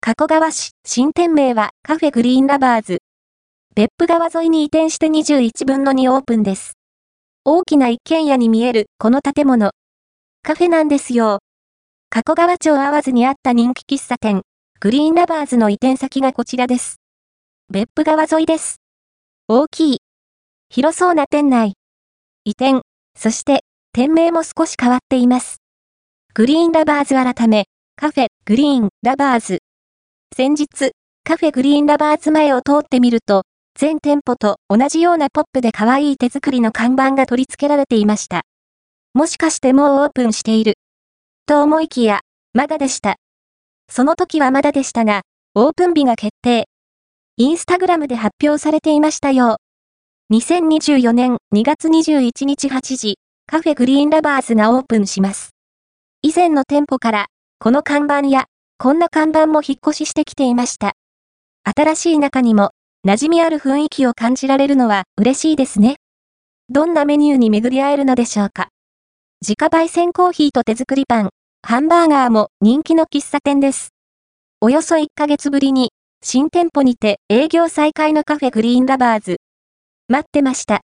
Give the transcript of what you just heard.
加古川市、新店名はカフェグリーンラバーズ。別府川沿いに移転して21分の2オープンです。大きな一軒家に見えるこの建物。カフェなんですよ。加古川町淡津にあった人気喫茶店、グリーンラバーズの移転先がこちらです。別府川沿いです。大きい。広そうな店内。移転、そして店名も少し変わっています。グリーンラバーズ改め、カフェグリーンラバーズ。先日、カフェグリーンラバーズ前を通ってみると、全店舗と同じようなポップで可愛い手作りの看板が取り付けられていました。もしかしてもうオープンしている。と思いきや、まだでした。その時はまだでしたが、オープン日が決定。インスタグラムで発表されていましたよ。2024年2月21日8時、カフェグリーンラバーズがオープンします。以前の店舗から、この看板や、こんな看板も引っ越ししてきていました。新しい中にも、馴染みある雰囲気を感じられるのは嬉しいですね。どんなメニューに巡り合えるのでしょうか。自家焙煎コーヒーと手作りパン、ハンバーガーも人気の喫茶店です。およそ1ヶ月ぶりに、新店舗にて営業再開のカフェグリーンラバーズ。待ってました。